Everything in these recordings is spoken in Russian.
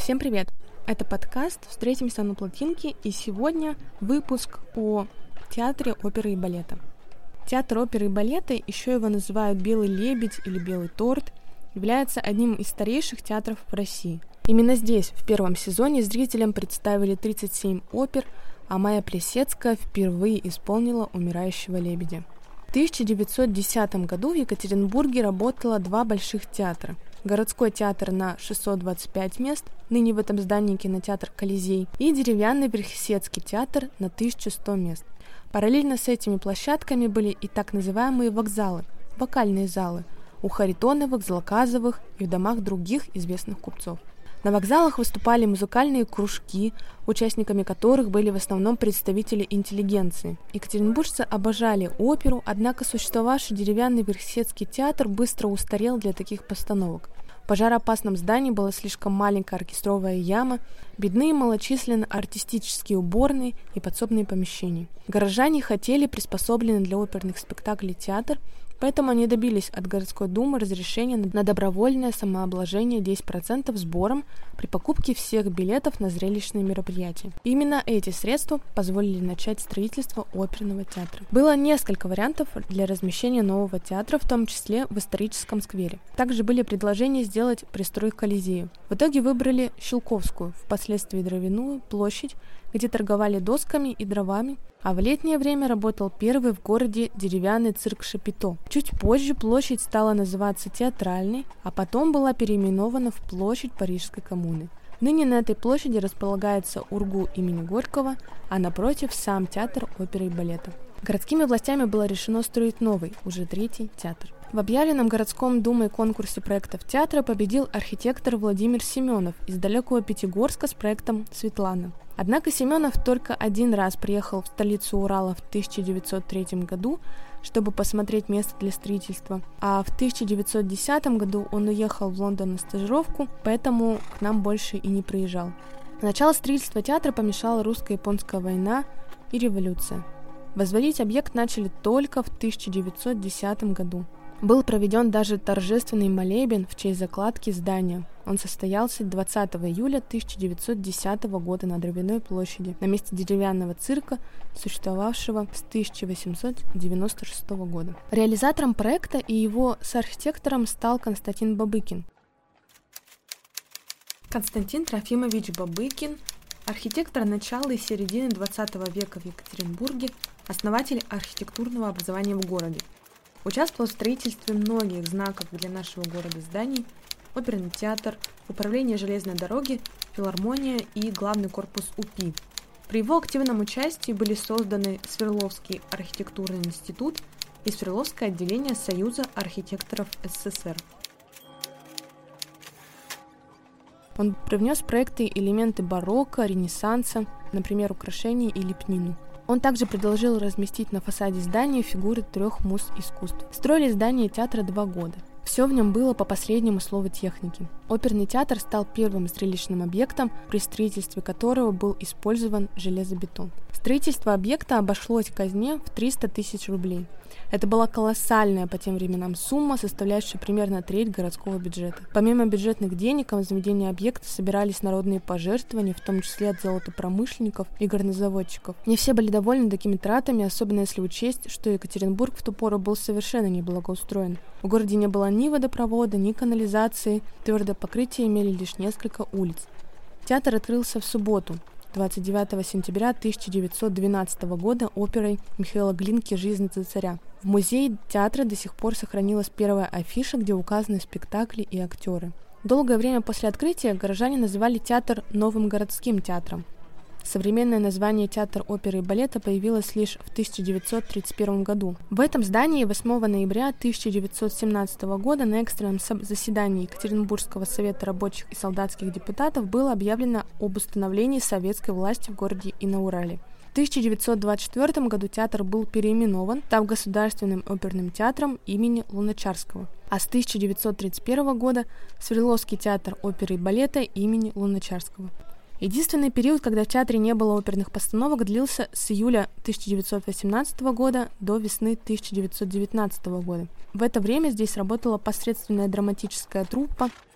Всем привет! Это подкаст «Встретимся на плотинке», и сегодня выпуск о театре оперы и балета. Театр оперы и балета, еще его называют «Белый лебедь» или «Белый торт», является одним из старейших театров в России. Именно здесь в первом сезоне зрителям представили 37 опер, а Майя Плисецкая впервые исполнила «Умирающего лебедя». В 1910 году в Екатеринбурге работало два больших театра. Городской театр на 625 мест, ныне в этом здании кинотеатр «Колизей», и деревянный Верхесецкий театр на 1100 мест. Параллельно с этими площадками были и так называемые вокзалы, вокальные залы, у Харитоновых, Злаказовых и в домах других известных купцов. На вокзалах выступали музыкальные кружки, участниками которых были в основном представители интеллигенции. Екатеринбуржцы обожали оперу, однако существовавший деревянный Верхесецкий театр быстро устарел для таких постановок. В пожароопасном здании была слишком маленькая оркестровая яма, бедны и малочисленны артистические уборные и подсобные помещения. Горожане хотели приспособленный для оперных спектаклей театр, поэтому они добились от городской думы разрешения на добровольное самообложение 10% сбором при покупке всех билетов на зрелищные мероприятия. И именно эти средства позволили начать строительство оперного театра. Было несколько вариантов для размещения нового театра, в том числе в историческом сквере. Также были предложения сделать пристрой к Колизею. В итоге выбрали Щелковскую, впоследствии Дровяную площадь, где торговали досками и дровами, а в летнее время работал первый в городе деревянный цирк Шапито. Чуть позже площадь стала называться Театральной, а потом была переименована в площадь Парижской коммуны. Ныне на этой площади располагается УрГУ имени Горького, а напротив сам театр оперы и балета. Городскими властями было решено строить новый, уже третий театр. В объявленном городском думой конкурсе проектов театра победил архитектор Владимир Семенов из далекого Пятигорска с проектом «Светлана». Однако Семенов только один раз приехал в столицу Урала в 1903 году, чтобы посмотреть место для строительства, а в 1910 году он уехал в Лондон на стажировку, поэтому к нам больше и не приезжал. Начало строительства театра помешала русско-японская война и революция. Возводить объект начали только в 1910 году. Был проведен даже торжественный молебен в честь закладки здания. Он состоялся 20 июля 1910 года на Дровяной площади, на месте деревянного цирка, существовавшего с 1896 года. Реализатором проекта и его соархитектором стал Константин Бабыкин. Константин Трофимович Бабыкин – архитектор начала и середины XX века в Екатеринбурге, основатель архитектурного образования в городе. Участвовал в строительстве многих знаковых для нашего города зданий: оперный театр, управление железной дороги, филармония и главный корпус УПИ. При его активном участии были созданы Свердловский архитектурный институт и Свердловское отделение Союза архитекторов СССР. Он привнес в проекты элементы барокко, ренессанса, например, украшения и лепнину. Он также предложил разместить на фасаде здания фигуры 3 муз искусств. Строили здание театра 2 года. Все в нем было по последнему слову техники. Оперный театр стал первым зрелищным объектом, при строительстве которого был использован железобетон. Строительство объекта обошлось казне в 300 тысяч рублей. Это была колоссальная по тем временам сумма, составляющая примерно треть городского бюджета. Помимо бюджетных денег, на возведение объекта собирались народные пожертвования, в том числе от золотопромышленников и горнозаводчиков. Не все были довольны такими тратами, особенно если учесть, что Екатеринбург в ту пору был совершенно неблагоустроен. В городе не было ни водопровода, ни канализации, твердое покрытие имели лишь несколько улиц. Театр открылся в субботу, 29 сентября 1912 года оперой Михаила Глинки «Жизнь царя». В музее театра до сих пор сохранилась первая афиша, где указаны спектакли и актеры. Долгое время после открытия горожане называли театр новым городским театром. Современное название «Театр оперы и балета» появилось лишь в 1931 году. В этом здании 8 ноября 1917 года на экстренном заседании Екатеринбургского совета рабочих и солдатских депутатов было объявлено об установлении советской власти в городе и на Урале. В 1924 году театр был переименован, став Государственным оперным театром имени Луначарского, а с 1931 года Свердловский театр оперы и балета имени Луначарского. Единственный период, когда в театре не было оперных постановок, длился с июля 1918 года до весны 1919 года. В это время здесь работала посредственная драматическая труппа,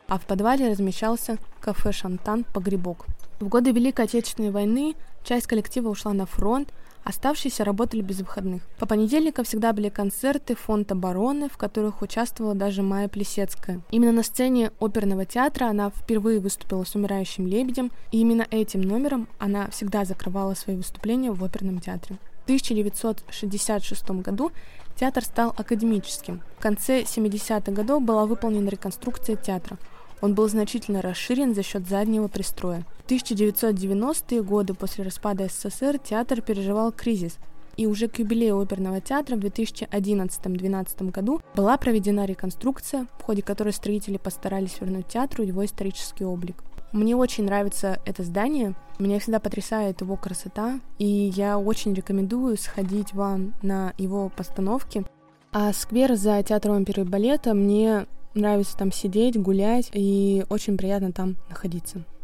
а в подвале размещался кафе «Шантан» «Погребок». В годы Великой Отечественной войны часть коллектива ушла на фронт, оставшиеся работали без выходных. По понедельникам всегда были концерты Фонд обороны, в которых участвовала даже Майя Плисецкая. Именно на сцене оперного театра она впервые выступила с «Умирающим лебедем», и именно этим номером она всегда закрывала свои выступления в оперном театре. В 1966 году театр стал академическим. В конце 70-х годов была выполнена реконструкция театра. Он был значительно расширен за счет заднего пристроя. В 1990-е годы после распада СССР театр переживал кризис, и уже к юбилею оперного театра в 2011-2012 году была проведена реконструкция, в ходе которой строители постарались вернуть театру его исторический облик. Мне очень нравится это здание, меня всегда потрясает его красота, и я очень рекомендую сходить вам на его постановки. А сквер за театром оперы и балета мне нравится там сидеть, гулять, и очень приятно там находиться.